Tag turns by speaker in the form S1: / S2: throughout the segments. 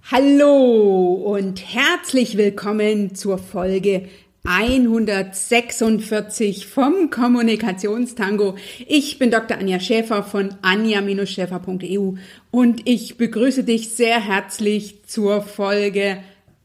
S1: Hallo und herzlich willkommen zur Folge 146 vom Kommunikationstango. Ich bin Dr. Anja Schäfer von anja-schäfer.eu und ich begrüße dich sehr herzlich zur Folge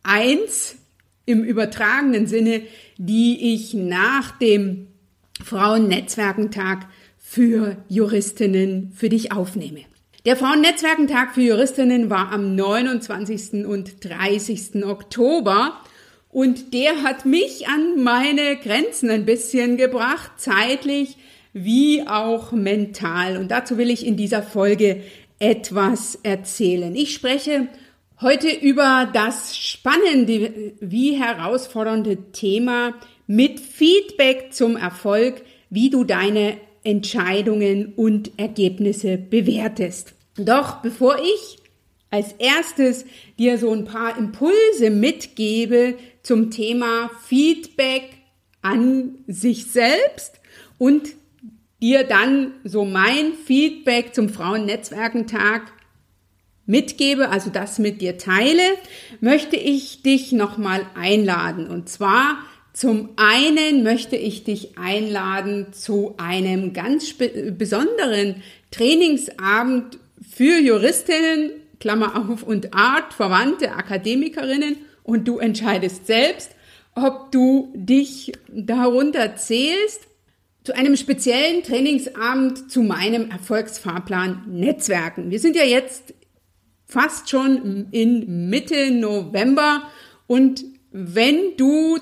S1: 1 im übertragenen Sinne, die ich nach dem Frauennetzwerkentag für Juristinnen für dich aufnehme. Der Frauennetzwerkentag für Juristinnen war am 29. und 30. Oktober und der hat mich an meine Grenzen ein bisschen gebracht, zeitlich wie auch mental. Und dazu will ich in dieser Folge etwas erzählen. Ich spreche heute über das spannende wie herausfordernde Thema mit Feedback zum Erfolg, wie du deine Entscheidungen und Ergebnisse bewertest. Doch bevor ich als erstes dir so ein paar Impulse mitgebe zum Thema Feedback an sich selbst und dir dann so mein Feedback zum Frauennetzwerkentag mitgebe, also das mit dir teile, möchte ich dich nochmal einladen. Und zwar zum einen möchte ich dich einladen zu einem ganz besonderen Trainingsabend für Juristinnen, Klammer auf und artverwandte Akademikerinnen, und du entscheidest selbst, ob du dich darunter zählst, zu einem speziellen Trainingsabend zu meinem Erfolgsfahrplan Netzwerken. Wir sind ja jetzt fast schon in Mitte November und wenn du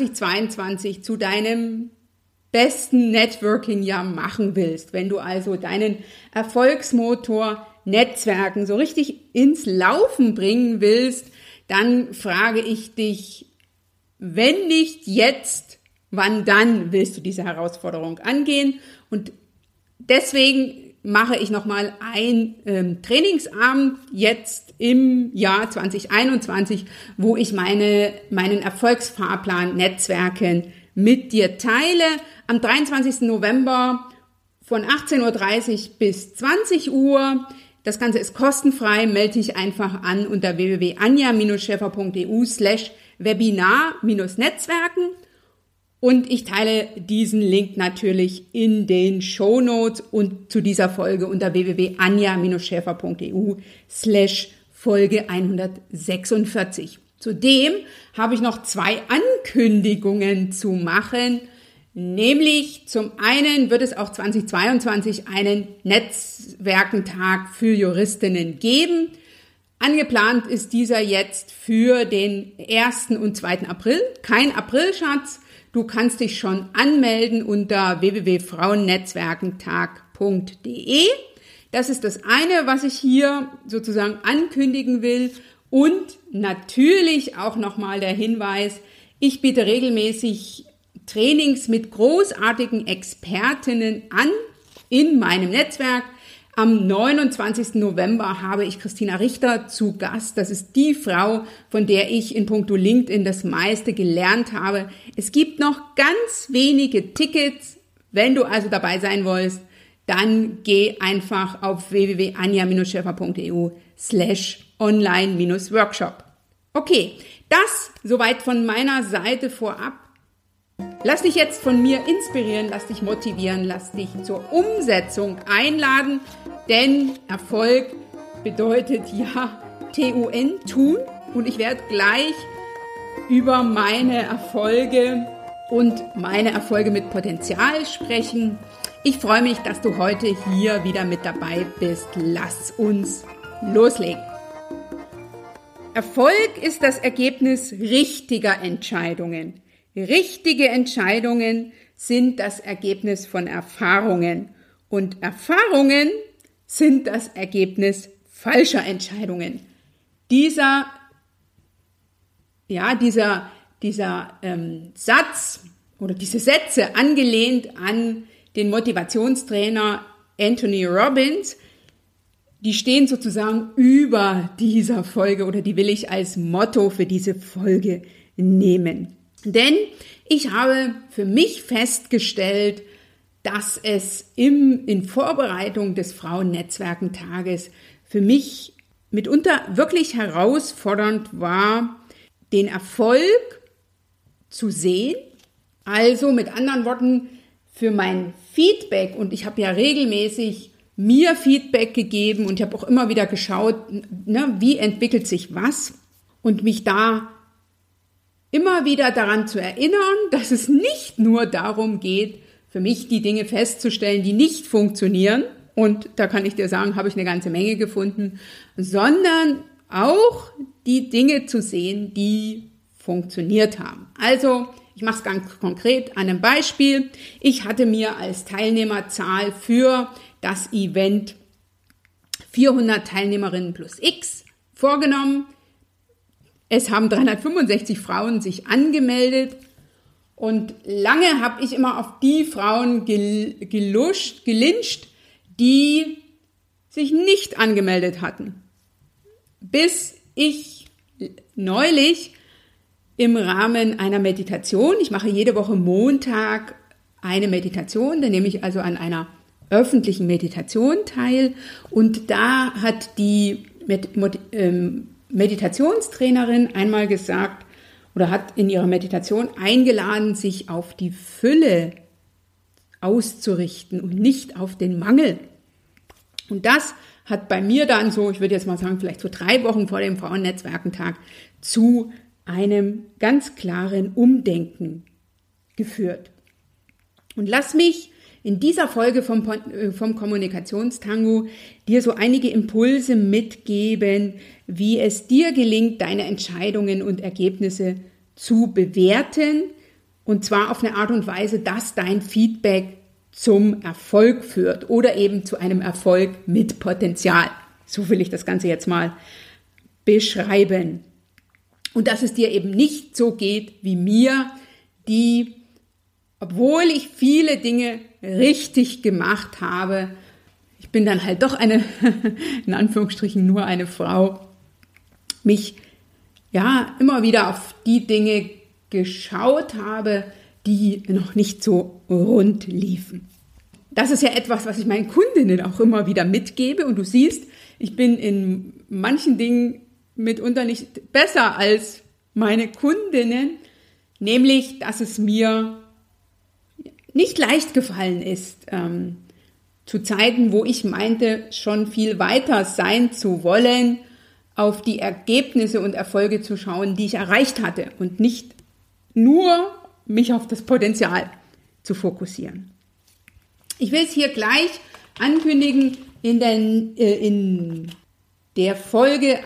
S1: 2022 zu deinem besten Networking-Jahr machen willst, wenn du also deinen Erfolgsmotor Netzwerken so richtig ins Laufen bringen willst, dann frage ich dich, wenn nicht jetzt, wann dann willst du diese Herausforderung angehen? Und deswegen mache ich nochmal ein Trainingsabend jetzt im Jahr 2021, wo ich meinen Erfolgsfahrplan Netzwerken mit dir teile. Am 23. November von 18.30 Uhr bis 20 Uhr. Das Ganze ist kostenfrei. Melde dich einfach an unter www.anja-schäfer.eu/webinar-netzwerken. Und ich teile diesen Link natürlich in den Shownotes und zu dieser Folge unter www.anja-schäfer.eu/Folge 146. Zudem habe ich noch 2 Ankündigungen zu machen. Nämlich zum einen wird es auch 2022 einen Netzwerkentag für Juristinnen geben. Angeplant ist dieser jetzt für den 1. und 2. April. Kein Aprilschatz. Du kannst dich schon anmelden unter www.frauennetzwerkentag.de. Das ist das eine, was ich hier sozusagen ankündigen will. Und natürlich auch nochmal der Hinweis, ich biete regelmäßig Trainings mit großartigen Expertinnen an in meinem Netzwerk. Am 29. November habe ich Christina Richter zu Gast. Das ist die Frau, von der ich in puncto LinkedIn das meiste gelernt habe. Es gibt noch ganz wenige Tickets. Wenn du also dabei sein willst, dann geh einfach auf www.anja-schäfer.eu/online-workshop. Okay, das soweit von meiner Seite vorab. Lass dich jetzt von mir inspirieren, lass dich motivieren, lass dich zur Umsetzung einladen, denn Erfolg bedeutet ja TUN, tun, und ich werde gleich über meine Erfolge und meine Erfolge mit Potenzial sprechen. Ich freue mich, dass du heute hier wieder mit dabei bist. Lass uns loslegen. Erfolg ist das Ergebnis richtiger Entscheidungen. Richtige Entscheidungen sind das Ergebnis von Erfahrungen und Erfahrungen sind das Ergebnis falscher Entscheidungen. Dieser Satz oder diese Sätze, angelehnt an den Motivationstrainer Anthony Robbins, die stehen sozusagen über dieser Folge oder die will ich als Motto für diese Folge nehmen. Denn ich habe für mich festgestellt, dass es in Vorbereitung des Frauennetzwerkentages für mich mitunter wirklich herausfordernd war, den Erfolg zu sehen. Also mit anderen Worten, für mein Feedback, und ich habe ja regelmäßig mir Feedback gegeben und ich habe auch immer wieder geschaut, wie entwickelt sich was, und mich da immer wieder daran zu erinnern, dass es nicht nur darum geht, für mich die Dinge festzustellen, die nicht funktionieren, und da kann ich dir sagen, habe ich eine ganze Menge gefunden, sondern auch die Dinge zu sehen, die funktioniert haben. Also, ich mache es ganz konkret an einem Beispiel. Ich hatte mir als Teilnehmerzahl für das Event 400 Teilnehmerinnen plus X vorgenommen. Es haben 365 Frauen sich angemeldet und lange habe ich immer auf die Frauen gelincht, die sich nicht angemeldet hatten. Bis ich neulich im Rahmen einer Meditation, ich mache jede Woche Montag eine Meditation, da nehme ich also an einer öffentlichen Meditation teil, und da hat die Meditationstrainerin einmal gesagt oder hat in ihrer Meditation eingeladen, sich auf die Fülle auszurichten und nicht auf den Mangel. Und das hat bei mir dann so, ich würde jetzt mal sagen, vielleicht so 3 Wochen vor dem Frauennetzwerkentag zu einem ganz klaren Umdenken geführt. Und lass mich in dieser Folge vom Kommunikationstango dir so einige Impulse mitgeben, wie es dir gelingt, deine Entscheidungen und Ergebnisse zu bewerten, und zwar auf eine Art und Weise, dass dein Feedback zum Erfolg führt oder eben zu einem Erfolg mit Potenzial. So will ich das Ganze jetzt mal beschreiben. Und dass es dir eben nicht so geht wie mir, die, obwohl ich viele Dinge richtig gemacht habe, ich bin dann halt doch eine, in Anführungsstrichen nur eine Frau, mich ja immer wieder auf die Dinge geschaut habe, die noch nicht so rund liefen. Das ist ja etwas, was ich meinen Kundinnen auch immer wieder mitgebe, und du siehst, ich bin in manchen Dingen mitunter nicht besser als meine Kundinnen, nämlich, dass es mir nicht leicht gefallen ist, zu Zeiten, wo ich meinte, schon viel weiter sein zu wollen, auf die Ergebnisse und Erfolge zu schauen, die ich erreicht hatte, und nicht nur mich auf das Potenzial zu fokussieren. Ich will es hier gleich ankündigen, in der Folge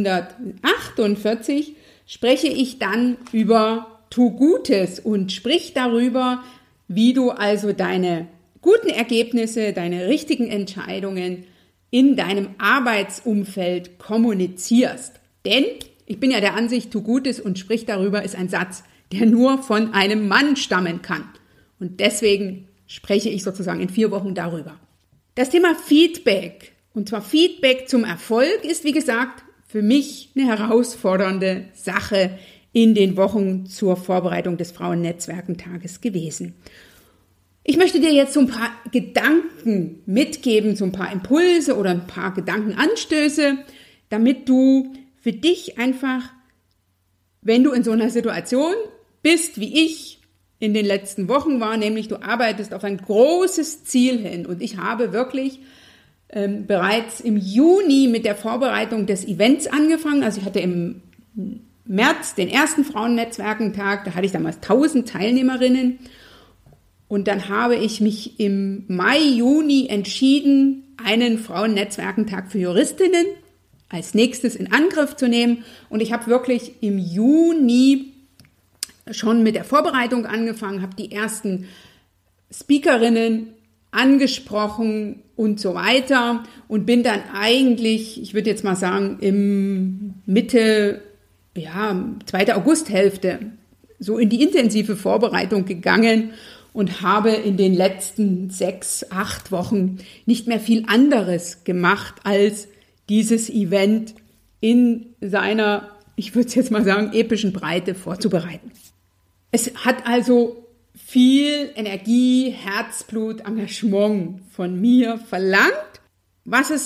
S1: 148 spreche ich dann über Tu Gutes und sprich darüber, wie du also deine guten Ergebnisse, deine richtigen Entscheidungen in deinem Arbeitsumfeld kommunizierst. Denn ich bin ja der Ansicht, Tu Gutes und sprich darüber ist ein Satz, der nur von einem Mann stammen kann. Und deswegen spreche ich sozusagen in 4 Wochen darüber. Das Thema Feedback, und zwar Feedback zum Erfolg, ist wie gesagt für mich eine herausfordernde Sache in den Wochen zur Vorbereitung des Frauennetzwerkentages gewesen. Ich möchte dir jetzt so ein paar Gedanken mitgeben, so ein paar Impulse oder ein paar Gedankenanstöße, damit du für dich einfach, wenn du in so einer Situation bist, wie ich in den letzten Wochen war, nämlich du arbeitest auf ein großes Ziel hin, und ich habe wirklich bereits im Juni mit der Vorbereitung des Events angefangen. Also ich hatte im März den ersten Frauennetzwerkentag, da hatte ich damals 1000 Teilnehmerinnen, und dann habe ich mich im Mai, Juni entschieden, einen Frauennetzwerkentag für Juristinnen als nächstes in Angriff zu nehmen, und ich habe wirklich im Juni schon mit der Vorbereitung angefangen, habe die ersten Speakerinnen angesprochen und so weiter und bin dann eigentlich, ich würde jetzt mal sagen, im Mitte, zweite Augusthälfte so in die intensive Vorbereitung gegangen und habe in den letzten 6, 8 Wochen nicht mehr viel anderes gemacht, als dieses Event in seiner, ich würde es jetzt mal sagen, epischen Breite vorzubereiten. Es hat also viel Energie, Herzblut, Engagement von mir verlangt, was es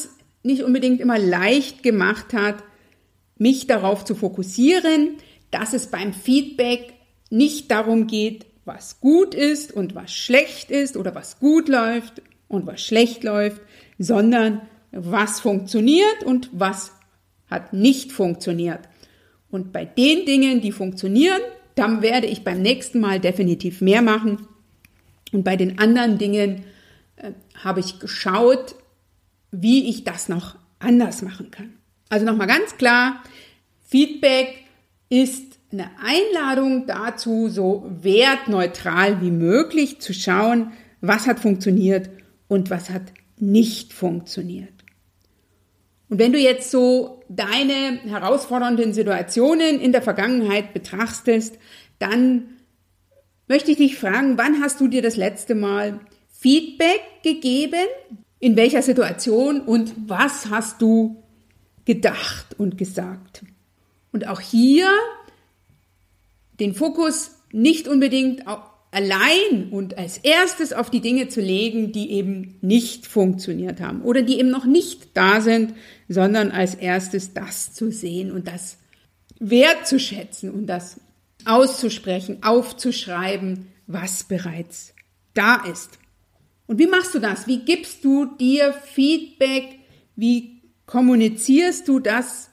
S1: nicht unbedingt immer leicht gemacht hat, mich darauf zu fokussieren, dass es beim Feedback nicht darum geht, was gut ist und was schlecht ist oder was gut läuft und was schlecht läuft, sondern was funktioniert und was hat nicht funktioniert. Und bei den Dingen, die funktionieren, dann werde ich beim nächsten Mal definitiv mehr machen. Und bei den anderen Dingen habe ich geschaut, wie ich das noch anders machen kann. Also nochmal ganz klar, Feedback ist eine Einladung dazu, so wertneutral wie möglich zu schauen, was hat funktioniert und was hat nicht funktioniert. Und wenn du jetzt so deine herausfordernden Situationen in der Vergangenheit betrachtest, dann möchte ich dich fragen, wann hast du dir das letzte Mal Feedback gegeben? In welcher Situation und was hast du gedacht und gesagt? Und auch hier den Fokus nicht unbedingt allein und als erstes auf die Dinge zu legen, die eben nicht funktioniert haben oder die eben noch nicht da sind, sondern als erstes das zu sehen und das wertzuschätzen und das auszusprechen, aufzuschreiben, was bereits da ist. Und wie machst du das? Wie gibst du dir Feedback? Wie kommunizierst du das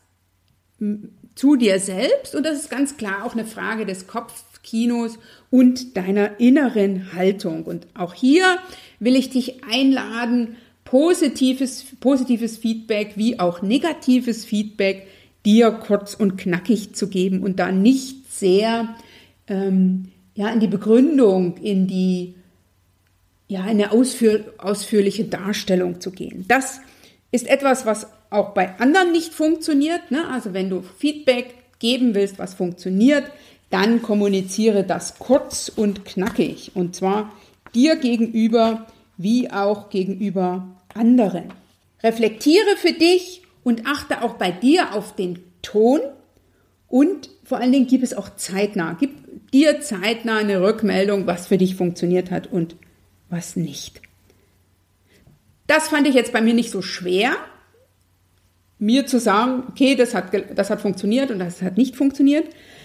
S1: zu dir selbst? Und das ist ganz klar auch eine Frage des Kopfkinos und deiner inneren Haltung. Und auch hier will ich dich einladen, positives Feedback wie auch negatives Feedback dir kurz und knackig zu geben und da nicht sehr in die Begründung, in eine ausführliche Darstellung zu gehen. Das ist etwas, was auch bei anderen nicht funktioniert. Ne? Also wenn du Feedback geben willst, was funktioniert, dann kommuniziere das kurz und knackig. Und zwar dir gegenüber wie auch gegenüber anderen. Reflektiere für dich und achte auch bei dir auf den Ton und vor allen Dingen gib es auch zeitnah. Gib dir zeitnah eine Rückmeldung, was für dich funktioniert hat und was nicht. Das fand ich jetzt bei mir nicht so schwer, mir zu sagen, okay, das hat funktioniert und das hat nicht funktioniert.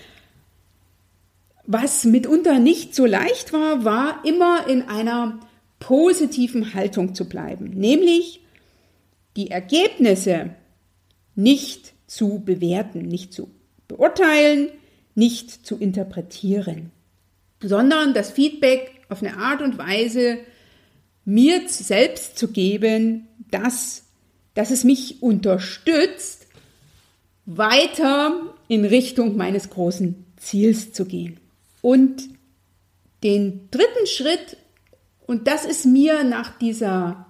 S1: Was mitunter nicht so leicht war immer in einer positiven Haltung zu bleiben, nämlich die Ergebnisse nicht zu bewerten, nicht zu beurteilen, nicht zu interpretieren, sondern das Feedback auf eine Art und Weise mir selbst zu geben, dass es mich unterstützt, weiter in Richtung meines großen Ziels zu gehen. Und den dritten Schritt, und das ist mir nach dieser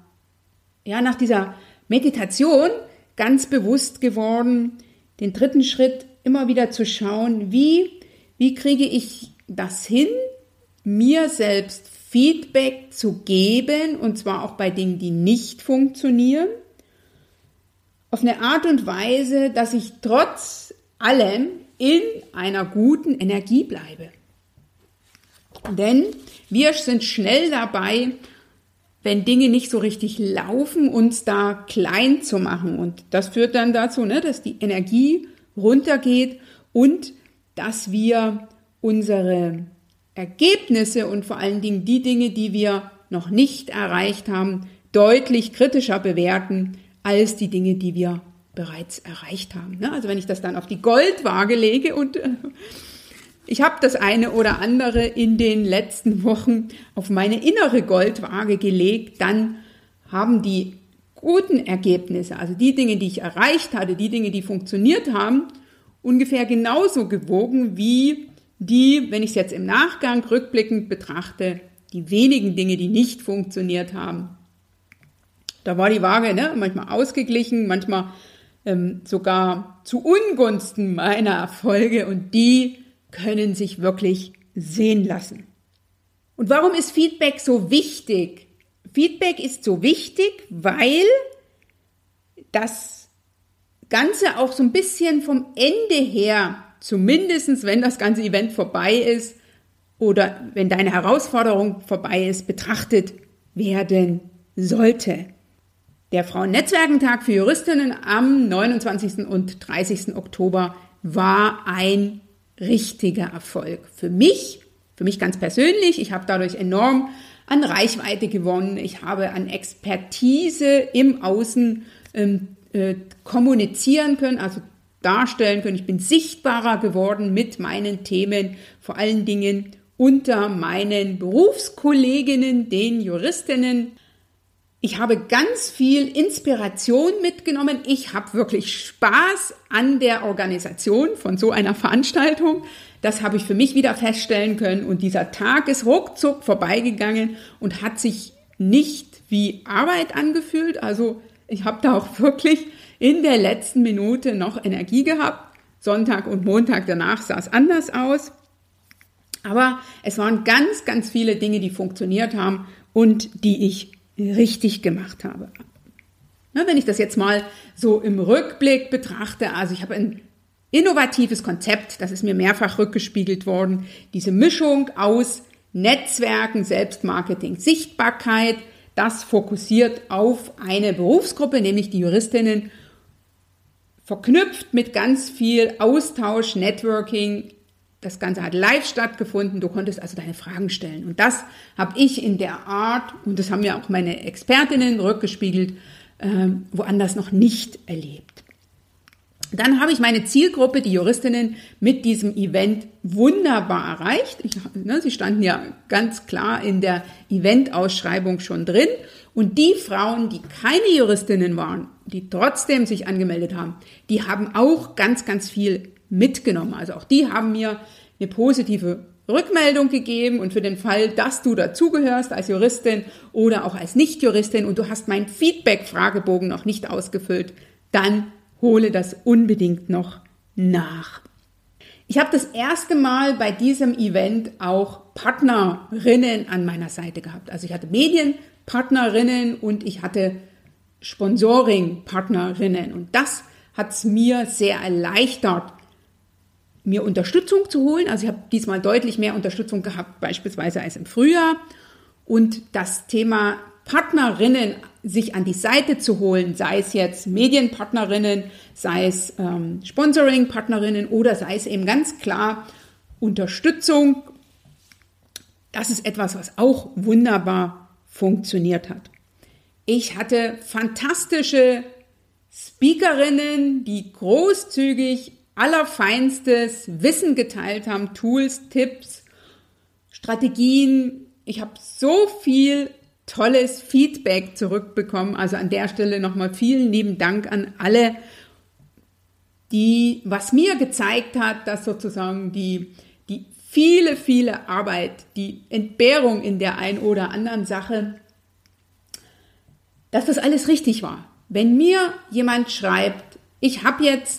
S1: Meditation ganz bewusst geworden, den dritten Schritt immer wieder zu schauen, wie kriege ich das hin, mir selbst Feedback zu geben, und zwar auch bei Dingen, die nicht funktionieren, auf eine Art und Weise, dass ich trotz allem in einer guten Energie bleibe. Denn wir sind schnell dabei, wenn Dinge nicht so richtig laufen, uns da klein zu machen. Und das führt dann dazu, dass die Energie runtergeht und dass wir unsere Ergebnisse und vor allen Dingen die Dinge, die wir noch nicht erreicht haben, deutlich kritischer bewerten als die Dinge, die wir bereits erreicht haben. Also wenn ich das dann auf die Goldwaage lege und ich habe das eine oder andere in den letzten Wochen auf meine innere Goldwaage gelegt, dann haben die guten Ergebnisse, also die Dinge, die ich erreicht hatte, die Dinge, die funktioniert haben, ungefähr genauso gewogen wie die, wenn ich es jetzt im Nachgang rückblickend betrachte, die wenigen Dinge, die nicht funktioniert haben. Da war die Waage manchmal ausgeglichen, manchmal sogar zu Ungunsten meiner Erfolge, und die können sich wirklich sehen lassen. Und warum ist Feedback so wichtig? Feedback ist so wichtig, weil das Ganze auch so ein bisschen vom Ende her, zumindest wenn das ganze Event vorbei ist oder wenn deine Herausforderung vorbei ist, betrachtet werden sollte. Der Frauennetzwerkentag für Juristinnen am 29. und 30. Oktober war ein richtiger Erfolg. Für mich ganz persönlich. Ich habe dadurch enorm an Reichweite gewonnen. Ich habe an Expertise im Außen kommunizieren können, also darstellen können. Ich bin sichtbarer geworden mit meinen Themen, vor allen Dingen unter meinen Berufskolleginnen, den Juristinnen. Ich habe ganz viel Inspiration mitgenommen. Ich habe wirklich Spaß an der Organisation von so einer Veranstaltung. Das habe ich für mich wieder feststellen können. Und dieser Tag ist ruckzuck vorbeigegangen und hat sich nicht wie Arbeit angefühlt. Also ich habe da auch wirklich in der letzten Minute noch Energie gehabt. Sonntag und Montag danach sah es anders aus. Aber es waren ganz, ganz viele Dinge, die funktioniert haben und die ich richtig gemacht habe. Na, wenn ich das jetzt mal so im Rückblick betrachte, also ich habe ein innovatives Konzept, das ist mir mehrfach rückgespiegelt worden, diese Mischung aus Netzwerken, Selbstmarketing, Sichtbarkeit, das fokussiert auf eine Berufsgruppe, nämlich die Juristinnen, verknüpft mit ganz viel Austausch, Networking. Das Ganze hat live stattgefunden, du konntest also deine Fragen stellen. Und das habe ich in der Art, und das haben mir auch meine Expertinnen rückgespiegelt, woanders noch nicht erlebt. Dann habe ich meine Zielgruppe, die Juristinnen, mit diesem Event wunderbar erreicht. Sie standen ja ganz klar in der Eventausschreibung schon drin. Und die Frauen, die keine Juristinnen waren, die trotzdem sich angemeldet haben, die haben auch ganz, ganz viel mitgenommen. Also auch die haben mir eine positive Rückmeldung gegeben und für den Fall, dass du dazugehörst als Juristin oder auch als Nicht-Juristin und du hast meinen Feedback-Fragebogen noch nicht ausgefüllt, dann hole das unbedingt noch nach. Ich habe das erste Mal bei diesem Event auch Partnerinnen an meiner Seite gehabt. Also ich hatte Medienpartnerinnen und ich hatte Sponsoring-Partnerinnen und das hat es mir sehr erleichtert, mir Unterstützung zu holen. Also ich habe diesmal deutlich mehr Unterstützung gehabt, beispielsweise als im Frühjahr. Und das Thema Partnerinnen sich an die Seite zu holen, sei es jetzt Medienpartnerinnen, sei es Sponsoring-Partnerinnen oder sei es eben ganz klar Unterstützung, das ist etwas, was auch wunderbar funktioniert hat. Ich hatte fantastische Speakerinnen, die großzügig allerfeinstes Wissen geteilt haben, Tools, Tipps, Strategien. Ich habe so viel tolles Feedback zurückbekommen. Also an der Stelle nochmal vielen lieben Dank an alle, was mir gezeigt hat, dass sozusagen die viele Arbeit, die Entbehrung in der einen oder anderen Sache, dass das alles richtig war. Wenn mir jemand schreibt, ich habe jetzt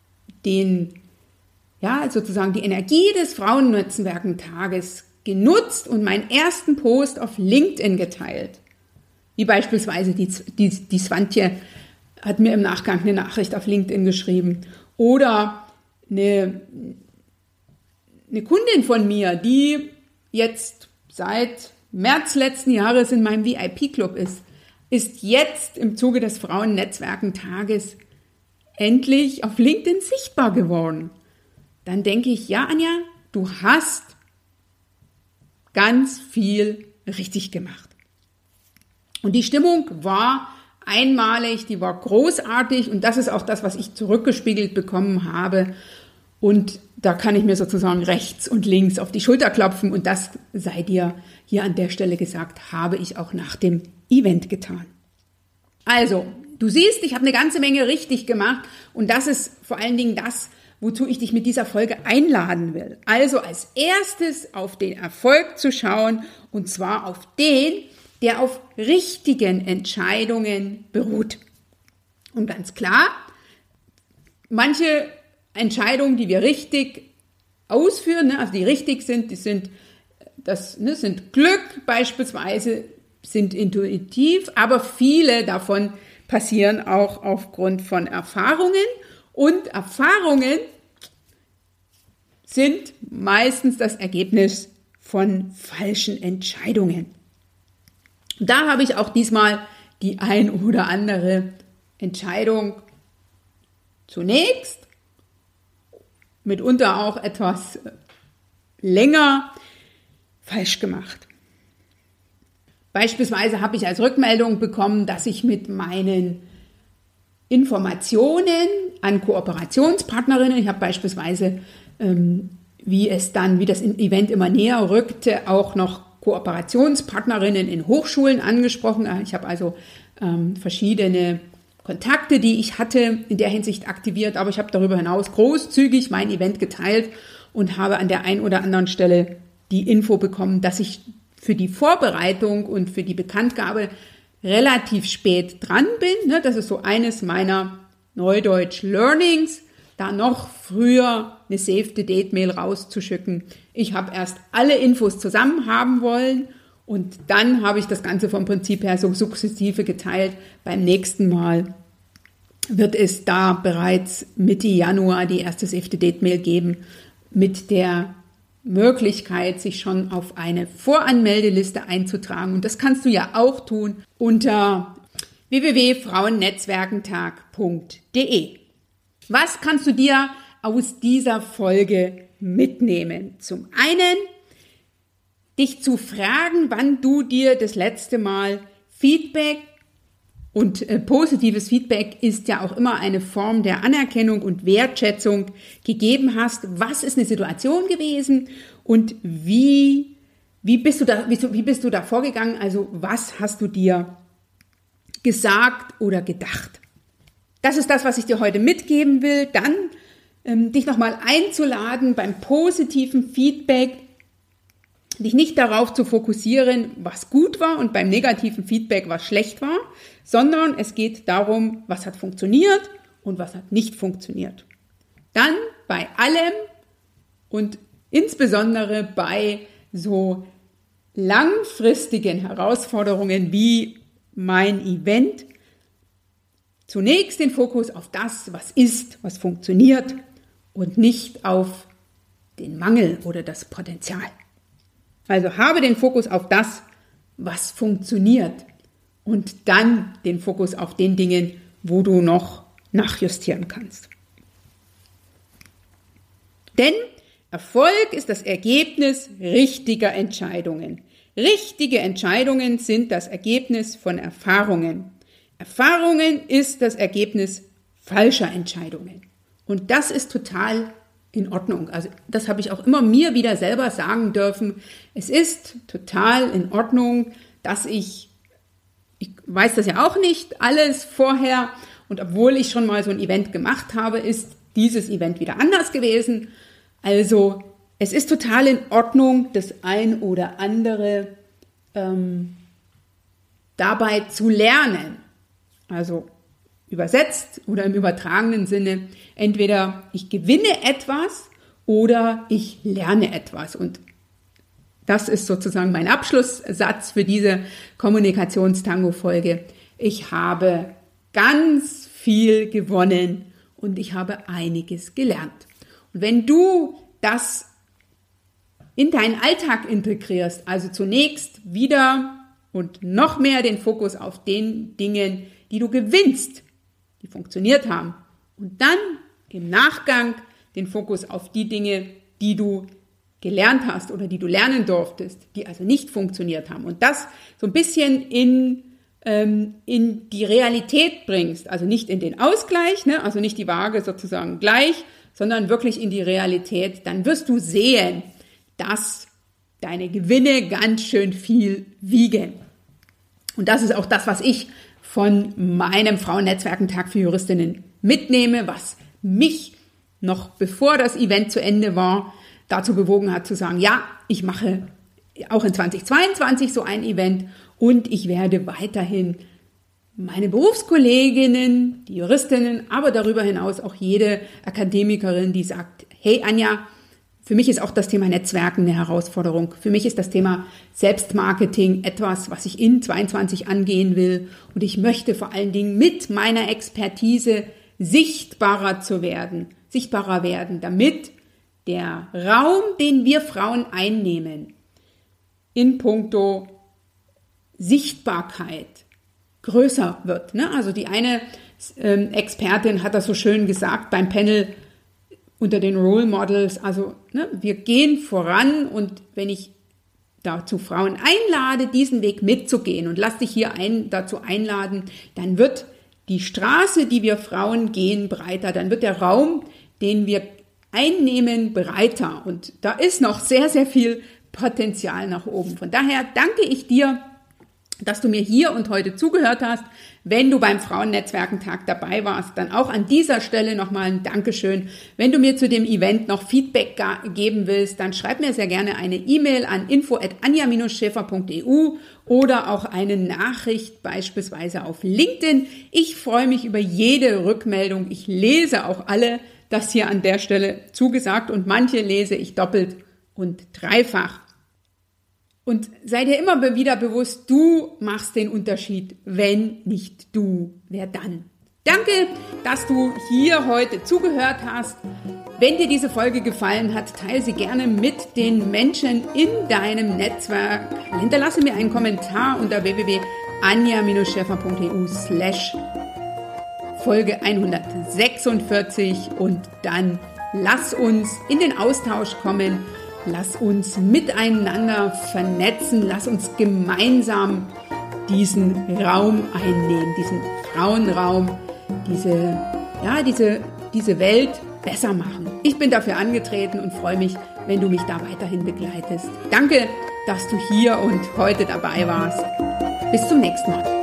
S1: sozusagen die Energie des Frauennetzwerkentages genutzt und meinen ersten Post auf LinkedIn geteilt. Wie beispielsweise die Swantje hat mir im Nachgang eine Nachricht auf LinkedIn geschrieben. Oder eine Kundin von mir, die jetzt seit März letzten Jahres in meinem VIP-Club ist jetzt im Zuge des Frauennetzwerkentages endlich auf LinkedIn sichtbar geworden. Dann denke ich, ja, Anja, du hast ganz viel richtig gemacht. Und die Stimmung war einmalig, die war großartig und das ist auch das, was ich zurückgespiegelt bekommen habe. Und da kann ich mir sozusagen rechts und links auf die Schulter klopfen und das sei dir hier an der Stelle gesagt, habe ich auch nach dem Event getan. Also, du siehst, ich habe eine ganze Menge richtig gemacht und das ist vor allen Dingen das, wozu ich dich mit dieser Folge einladen will. Also als erstes auf den Erfolg zu schauen und zwar auf den, der auf richtigen Entscheidungen beruht. Und ganz klar, manche Entscheidungen, die wir richtig ausführen, also die richtig sind, sind Glück beispielsweise, sind intuitiv, aber viele davon passieren auch aufgrund von Erfahrungen und Erfahrungen sind meistens das Ergebnis von falschen Entscheidungen. Da habe ich auch diesmal die ein oder andere Entscheidung zunächst, mitunter auch etwas länger falsch gemacht. Beispielsweise habe ich als Rückmeldung bekommen, dass ich mit meinen Informationen an Kooperationspartnerinnen, ich habe beispielsweise, wie das Event immer näher rückte, auch noch Kooperationspartnerinnen in Hochschulen angesprochen. Ich habe also verschiedene Kontakte, die ich hatte, in der Hinsicht aktiviert, aber ich habe darüber hinaus großzügig mein Event geteilt und habe an der einen oder anderen Stelle die Info bekommen, dass ich für die Vorbereitung und für die Bekanntgabe relativ spät dran bin. Das ist so eines meiner Neudeutsch Learnings, da noch früher eine Save-the-Date-Mail rauszuschicken. Ich habe erst alle Infos zusammen haben wollen und dann habe ich das Ganze vom Prinzip her so sukzessive geteilt. Beim nächsten Mal wird es da bereits Mitte Januar die erste Save-the-Date-Mail geben mit der Möglichkeit, sich schon auf eine Voranmeldeliste einzutragen. Und das kannst du ja auch tun unter www.frauennetzwerkentag.de. Was kannst du dir aus dieser Folge mitnehmen? Zum einen, dich zu fragen, wann du dir das letzte Mal Feedback, und positives Feedback ist ja auch immer eine Form der Anerkennung und Wertschätzung, gegeben hast. Was ist eine Situation gewesen und wie bist du da vorgegangen? Also was hast du dir gesagt oder gedacht? Das ist das, was ich dir heute mitgeben will. Dann dich nochmal einzuladen beim positiven Feedback, dich nicht darauf zu fokussieren, was gut war und beim negativen Feedback, was schlecht war, sondern es geht darum, was hat funktioniert und was hat nicht funktioniert. Dann bei allem und insbesondere bei so langfristigen Herausforderungen wie mein Event zunächst den Fokus auf das, was ist, was funktioniert und nicht auf den Mangel oder das Potenzial. Also habe den Fokus auf das, was funktioniert und dann den Fokus auf den Dingen, wo du noch nachjustieren kannst. Denn Erfolg ist das Ergebnis richtiger Entscheidungen. Richtige Entscheidungen sind das Ergebnis von Erfahrungen. Erfahrungen ist das Ergebnis falscher Entscheidungen. Und das ist total in Ordnung. Also das habe ich auch immer mir wieder selber sagen dürfen. Es ist total in Ordnung, dass ich weiß das ja auch nicht alles vorher und obwohl ich schon mal so ein Event gemacht habe, ist dieses Event wieder anders gewesen. Also es ist total in Ordnung, das ein oder andere dabei zu lernen. Also übersetzt oder im übertragenen Sinne, entweder ich gewinne etwas oder ich lerne etwas. Und das ist sozusagen mein Abschlusssatz für diese Kommunikationstango-Folge. Ich habe ganz viel gewonnen und ich habe einiges gelernt. Und wenn du das in deinen Alltag integrierst, also zunächst wieder und noch mehr den Fokus auf den Dingen, die du gewinnst, die funktioniert haben. Und dann im Nachgang den Fokus auf die Dinge, die du gelernt hast oder die du lernen durftest, die also nicht funktioniert haben. Und das so ein bisschen in die Realität bringst. Also nicht in den Ausgleich, also nicht die Waage sozusagen gleich, sondern wirklich in die Realität. Dann wirst du sehen, dass deine Gewinne ganz schön viel wiegen. Und das ist auch das, was ich von meinem Frauennetzwerkentag für Juristinnen mitnehme, was mich noch bevor das Event zu Ende war, dazu bewogen hat zu sagen, ja, ich mache auch in 2022 so ein Event und ich werde weiterhin meine Berufskolleginnen, die Juristinnen, aber darüber hinaus auch jede Akademikerin, die sagt, hey Anja, für mich ist auch das Thema Netzwerken eine Herausforderung. Für mich ist das Thema Selbstmarketing etwas, was ich in 22 angehen will. Und ich möchte vor allen Dingen mit meiner Expertise sichtbarer werden, damit der Raum, den wir Frauen einnehmen, in puncto Sichtbarkeit größer wird. Ne? Also die eine Expertin hat das so schön gesagt beim Panel unter den Role Models. Also wir gehen voran und wenn ich dazu Frauen einlade, diesen Weg mitzugehen und lass dich hier dazu einladen, dann wird die Straße, die wir Frauen gehen, breiter. Dann wird der Raum, den wir einnehmen, breiter. Und da ist noch sehr, sehr viel Potenzial nach oben. Von daher danke ich dir, dass du mir hier und heute zugehört hast. Wenn du beim Frauennetzwerkentag dabei warst, dann auch an dieser Stelle nochmal ein Dankeschön. Wenn du mir zu dem Event noch Feedback geben willst, dann schreib mir sehr gerne eine E-Mail an info@anja-schäfer.eu oder auch eine Nachricht beispielsweise auf LinkedIn. Ich freue mich über jede Rückmeldung. Ich lese auch alle, das hier an der Stelle zugesagt, und manche lese ich doppelt und dreifach. Und sei dir immer wieder bewusst, du machst den Unterschied. Wenn nicht du, wer dann? Danke, dass du hier heute zugehört hast. Wenn dir diese Folge gefallen hat, teile sie gerne mit den Menschen in deinem Netzwerk. Hinterlasse mir einen Kommentar unter www.anja-schäfer.eu/Folge 146 und dann lass uns in den Austausch kommen. Lass uns miteinander vernetzen, lass uns gemeinsam diesen Raum einnehmen, diesen Frauenraum, diese Welt besser machen. Ich bin dafür angetreten und freue mich, wenn du mich da weiterhin begleitest. Danke, dass du hier und heute dabei warst. Bis zum nächsten Mal.